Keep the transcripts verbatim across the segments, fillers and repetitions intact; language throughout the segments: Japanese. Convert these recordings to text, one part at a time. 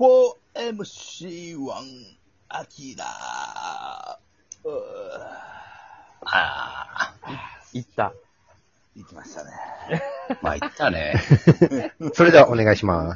フォーエムシーワン アキラー。 ああ。 行った。 行きましたね。 まあ、行ったね。 それではお願いします。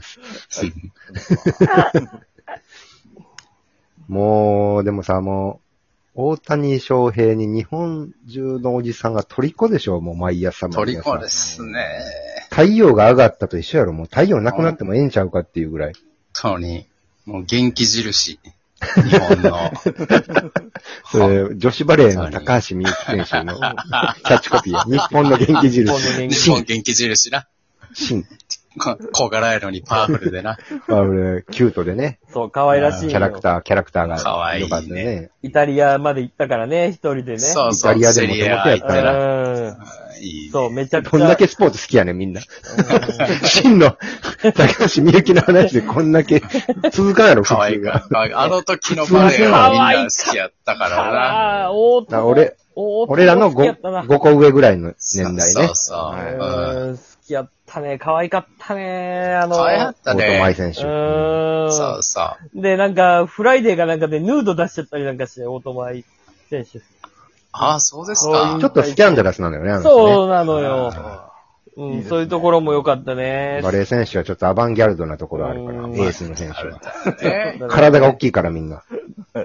もう、でもさ、もう、大谷翔平に日本中のおじさんが虜でしょ、もう毎朝毎朝。 虜ですね。 太陽が上がったと一緒やろ、もう太陽なくなってもええんちゃうかっていうぐらい。 そうに、もう元気印。日本の。 それ、女子バレーの高橋美幸選手のキャッチコピーや。日本の元気印。 日本元気印な。 シン。 小柄やのにパワフルでな。 パワフル、キュートでね。 そう、可愛らしい。 キャラクター、キャラクターが。 可愛いね。 よかったね。 イタリアまで行ったからね、一人でね。 そうそう。 イタリアでもともとやったら。 うん。いいね、そう、めちゃくちゃ。 こんだけスポーツ好きやねみんな。真の、高橋みゆきの話でこんだけ続かんやろ、 可愛いか。あの時のバレーはみんな好きやったからな。 ああ、 俺、俺らの 5, ごこ上ぐらいの年代ね。 そうそう。 うん、好きやったね。可愛かったね。あの、 可愛かったね。 オートマイ選手。 うん。 そうそう。 で、なんか、フライデーかなんかでヌード出しちゃったりなんかして、オートマイ選手。 ああ、そうですか。 ちょっとスキャンダラスなのよね、あの人ね。そうなのよ。うん、いいね、そういうところも良かったね。 バレー選手はちょっとアバンギャルドなところあるから、エースの選手は。 ね、 体が大きいからみんな。 うん、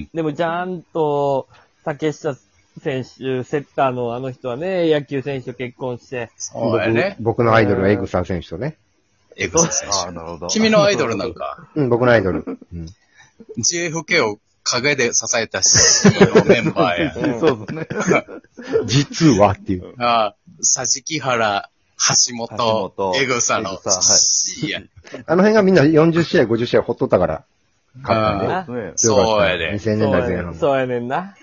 でもちゃんと、竹下選手、セッターのあの人はね、野球選手と結婚して。 そうやね。 僕のアイドルはエグサ選手とね。 エグサ選手。ああ、なるほど。君のアイドルなんか。 うん、僕のアイドル。うん、 ジェイエフケー を影で支えたシーのメンバーや。 そうですね。 実はっていう。 ああ、佐木原、橋本、エグサのシーや。 あの辺がみんなよんじゅっしあい、ごじゅっしあいほっとったから、勝ったんで。 そうやで。 にせんねんだいぜん半。 そうやねんな。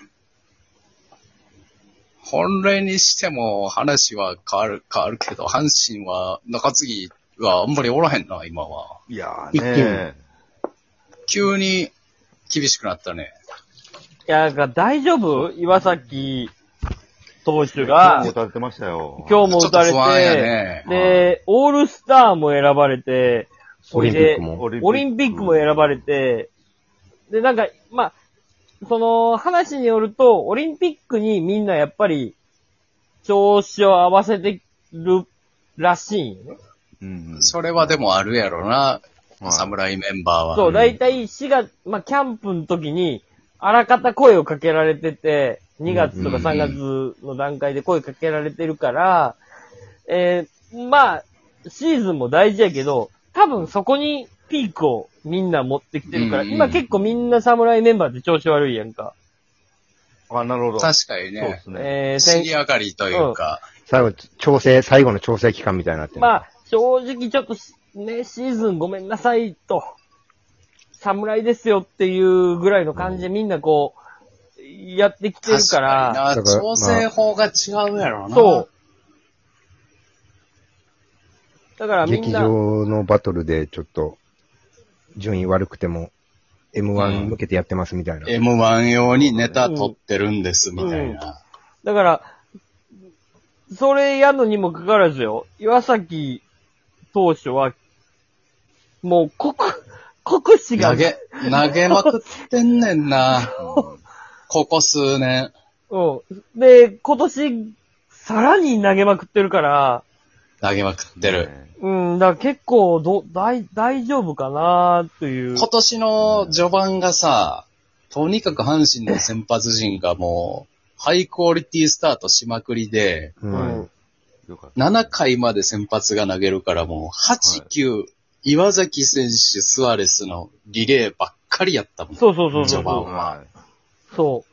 本来にしても話は変わる、変わるけど、阪神は、中継ぎはあんまりおらへんな、今は。 いやーね。 急に厳しくなったね。 いや、なんか大丈夫岩崎投手が。 今日も打たれてましたよ。 今日も打たれて、 ね、 で、オールスターも選ばれて、 オリンピックも。 オリンピックも選ばれて、で、なんか、まあ、その話によると、オリンピックにみんなやっぱり、調子を合わせてるらしいんよね。 うん、それはでもあるやろな、はい、侍メンバーは。 そう、だいたいしがつ、まあ、キャンプの時に、あらかた声をかけられてて、にがつとかさんがつの段階で声かけられてるから、えー、まあ、シーズンも大事やけど、多分そこにピークをみんな持ってきてるから、うんうん、今結構みんな侍メンバーって調子悪いやんか。 あ、なるほど。 確かにね。そうですね。えー、 尻上がりというか。 うん、最後、調整、最後の調整期間みたいになってる。 まあ、正直ちょっとね、シーズンごめんなさいと、侍ですよっていうぐらいの感じでみんなこう、やってきてるから。 確かにな、調整法が違うやろな。 そう。だからみんな。 劇場のバトルでちょっと、順位悪くても、エムワン に向けてやってますみたいな。 うん、エムワン 用にネタ取ってるんです、みたいな、うんうん。 だから、それやるのにもかかわらずよ、岩崎投手は、もう国、国士が。 投げ、投げまくってんねんな。ここ数年。 うん。で、今年、さらに投げまくってるから。 投げまくってる。 うん、だから結構、ど、大、大丈夫かなという。 今年の序盤がさ、とにかく阪神の先発陣がもう、ハイクオリティスタートしまくりで、 うん、 ななかいまで先発が投げるからもう、はち、きゅう、はい、岩崎選手、スアレスのリレーばっかりやったもん。 そうそうそうそう。 序盤は。 そう。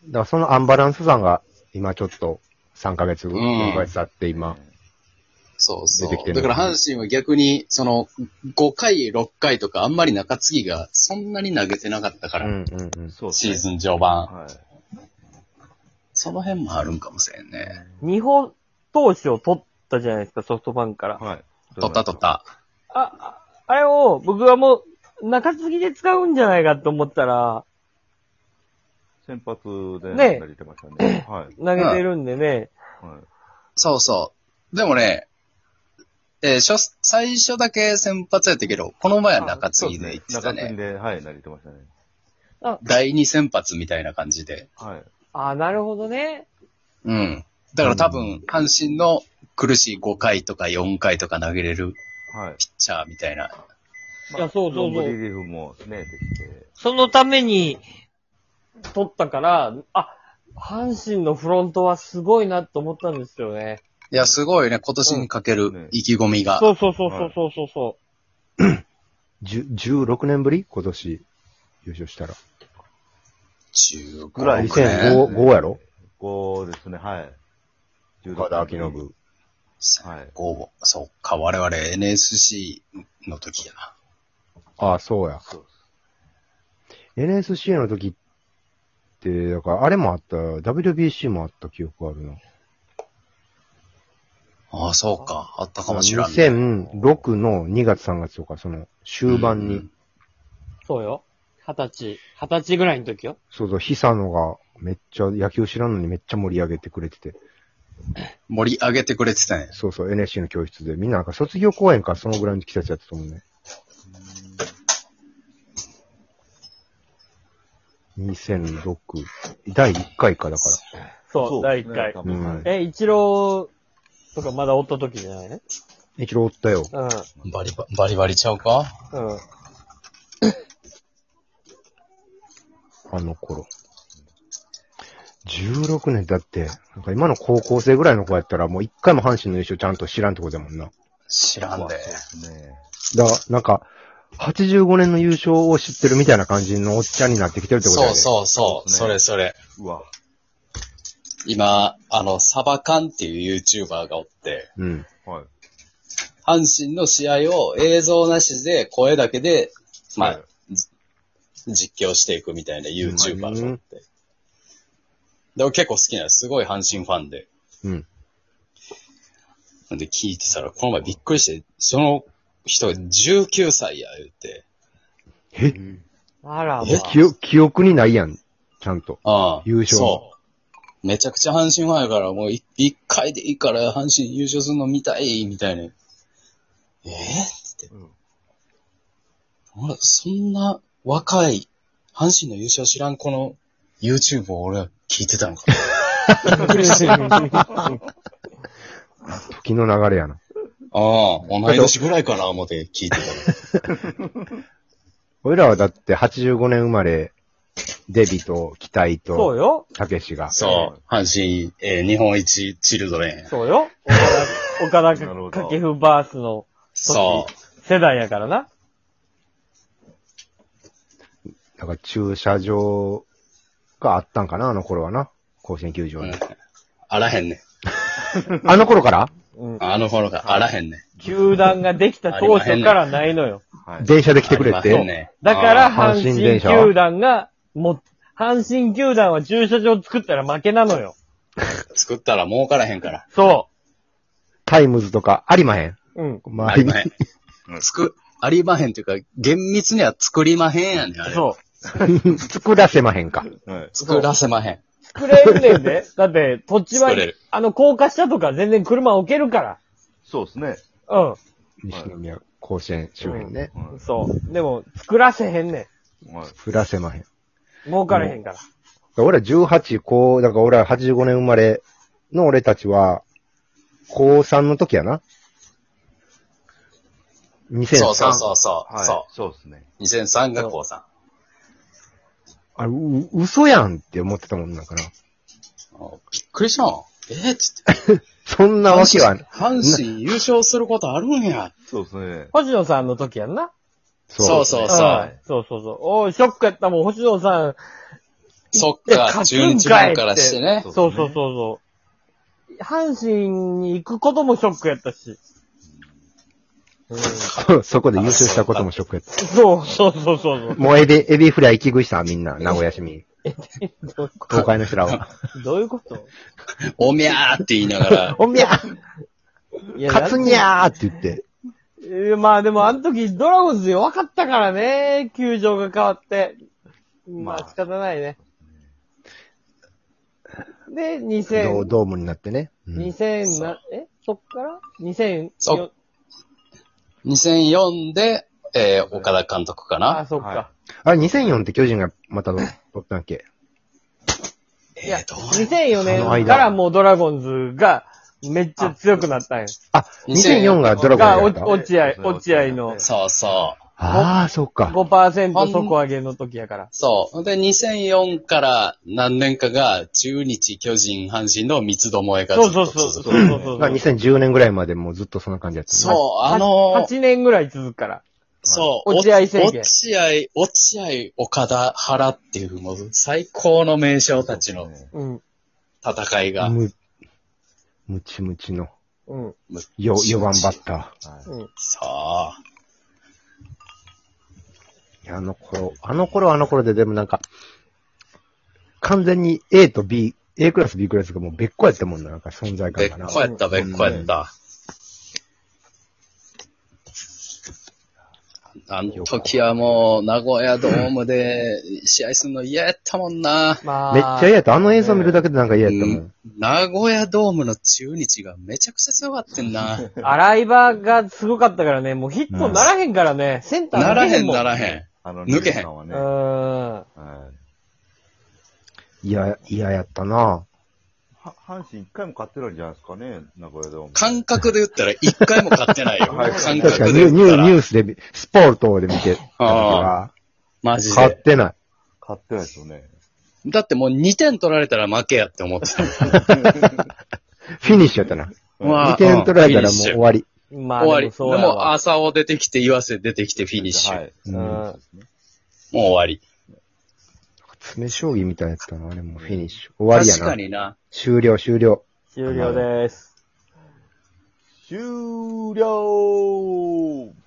だからそのアンバランスさが今ちょっとさんかげつぐらい経って今、うん、 そうそう。だから阪神は逆に、そのごかい、ろっかいとかあんまり中継ぎがそんなに投げてなかったから、うんうんうん、シーズン序盤、はい。その辺もあるんかもしれんね。 日本投手を取ったじゃないですか、ソフトバンクから。 はい。取った取った。 あ、あれを僕はもう中継ぎで使うんじゃないかと思ったら、 先発で投げてましたね。ねはい、投げてるんでね、 うんはい。そうそう。でもね、 えー、初、最初だけ先発やったけど、この前は中継ぎで行ってたね。 中継ぎで、はい、なりてましたね。 あ第二先発みたいな感じで。 はい。 あ、なるほどね。 うん。だから多分、阪神の苦しいごかいとかよんかいとか投げれるはい。 ピッチャーみたいな。 いや、そうそうそう。 ロングリリーフもね、できて。 そのために、取ったから、あ、阪神のフロントはすごいなと思ったんですよね。 いや、すごいね、今年にかける意気込みが。 そうそうそうそうそうそう。 じゅじゅうろくねんぶり今年優勝したら。 じゅうごぐらいにせんご、ごやろごですね、はい。 岡田明信。 はい。 ご、そっか、我々 エヌエスシー の時やな。 ああ、そうや。 そうエヌエスシー の時って、だからあれもあった、ダブリュービーシー もあった記憶あるな。 ああ、そうか。あったかもしれん、ね。 にせんろくのにがつさんがつとか、その終盤に。うん、 そうよ。二十歳、二十歳ぐらいの時よ。 そうそう、久野がめっちゃ野球知らんのにめっちゃ盛り上げてくれてて。 盛り上げてくれてたね。 そうそう、エヌエスシー の教室で。みんななんか卒業公演かそのぐらいの季節やったと思うね。にせんろく、だいいっかいかだから。 そう、だいいっかい。 うん、 え、イチローとかまだおった時じゃないね。 イチローおったよ。 うん。 バリババリバリちゃうかうん。 あの頃。じゅうろくねんだって、なんか今の高校生ぐらいの子やったらもう一回も阪神の優勝ちゃんと知らんってことだもんな。 知らんで。 ね。 だから、なんか、はちじゅうごねんの優勝を知ってるみたいな感じのおっちゃんになってきてるってことだよね。 そうそうそう。それそれ。 うわ。 今、あの、サバカンっていう YouTuber がおって、 うん。 はい。 阪神の試合を映像なしで声だけで、まあ、 はい実況していくみたいな YouTuber がおって。うん、でも結構好きなの。すごい阪神ファンで。 うん。 なんで聞いてたら、この前びっくりして、その人がじゅうきゅうさいや言うて。 えあら、まあ、 え記、記憶にないやん。ちゃんと。 ああ。 優勝。 そう。めちゃくちゃ阪神ファンやから、もう一回でいいから阪神優勝するの見たい、みたいな。えぇ、ー、って。うん、そんな若い、阪神の優勝知らんこの YouTube を俺は聞いてたのか。びっくりしてる。 時の流れやな。 ああ、同い年ぐらいかな、思って聞いてた。 俺らはだってはちじゅうごねん生まれ、デビと期待と、 そうよ。 たけしが。 そう。阪神、えー、日本一チルドレン。 そうよ。岡田、岡田掛布バースの、 そう。 世代やからな。 だから駐車場があったんかな、あの頃はな。甲子園球場に。うん、 あらへんね。 あの頃から、 うん、 あの頃からあらへんね。 球団ができた当初からないのよ。 ね、電車で来てくれて。 ね、 だから阪神球団が、も、阪神球団は駐車場作ったら負けなのよ。 作ったら儲からへんから。 そう。 タイムズとかありまへん。 うん。 まあ、 ありまへん。つく、ありまへんというか、厳密には作りまへんやねん、あれ。 そう。 作らせまへんか。 はい、作らせまへん。 作れんねんで。だって、土地は、あの、高架下とか全然車置けるから。 そうですね。 うん。 西宮甲子園周辺ね、 うんうん。そう。でも、作らせへんねん。作らせまへん。 儲かれへんから。 うん、俺はじゅうはち、こう、だから俺ははちじゅうごねん生まれの俺たちは、こうさんの時やな。にせんさん。 そうそうそう。 はい、 そう。 そうですね。 にせんさんがこうさん。 あれ、う、嘘やんって思ってたもんなんかな。 びっくりしたの。えー、つって。 そんなわけは、 阪神優勝することあるんや。 そうですね。 星野さんの時やんな。 そうそうそう。 そうそうそう。おー、ショックやったもん、星野さん。 そっか、中日ファンからしてね。 そうそうそうそう。阪神に行くこともショックやったし。 うん、そこで優勝したこともショックやった。 そうそうそうそう。 もうエビ、エビフライ息食いしたみんな、名古屋市民。東海の人らは。 どういうことおみゃーって言いながら。 おみゃー勝つにゃーって言って。 えー、まあでもあの時ドラゴンズ弱かったからね、球場が変わって。まあ仕方ないね。で、にせん。 ドームになってね。 うん、にせんな、えそっからにせんそ、 にせんよんで、えー、岡田監督かな。 あ、そっか。はい、 あれ、にせんよんって巨人がまた取ったんっけ？ いや、にせんよねんからもうドラゴンズがめっちゃ強くなったんや。 あ、にせんよんがドラゴンズだった？ が、落合、落合の。 そうそう。 ああ、そっか。 ごパーセント 底上げの時やから。 そう。で、にせんよんから何年かが中日、巨人、阪神の三つどもえがずっと続く。そうそうそうそうそう。にせんじゅうねんぐらいまでもうずっとそんな感じやった、ね。 そう、あのー、 はちねんぐらい続くから。 そう。 落合宣言。 落合、落合、岡田、原っていうもう最高の名将たちの戦いが。 む、むちむちの。 うん。 よ、よんばんバッター。うん。 さあ。 あの頃、あの頃あの頃ででもなんか、完全に A と B、A クラス B クラスがもう別個やったもんな、なんか存在感がな。 別個やった、別個やった。あの時はもう、名古屋ドームで試合するの嫌やったもんな。 まあ、めっちゃ嫌やった。あの映像見るだけでなんか嫌やったもん。うん、 名古屋ドームの中日がめちゃくちゃ強かったんな。 洗い場がすごかったからね、もうヒットならへんからね、うん、センターならへんならへん。 あの抜けへん。 うーん。はい 。いや、嫌やったな。 は、阪神一回も勝ってないんじゃないですかね、名古屋ドーム。 感覚で言ったら一回も勝ってないよ。はい、感覚で言ったら。ニュースで、スポートで見てたら、 マジで。 勝ってない。 勝ってないですよね。 だってもうにてん取られたら負けやって思ってた。フィニッシュやったな。まあ、にてん取られたらもう終わり。 まあ、終わり。でも、朝尾出てきて、岩瀬出てきてフィニッシュ。はい。うん、もう終わり。 詰将棋みたいなやつだな、あれもフィニッシュ。終わりやな。 確かにな。 終了、終了。 終了です。 終了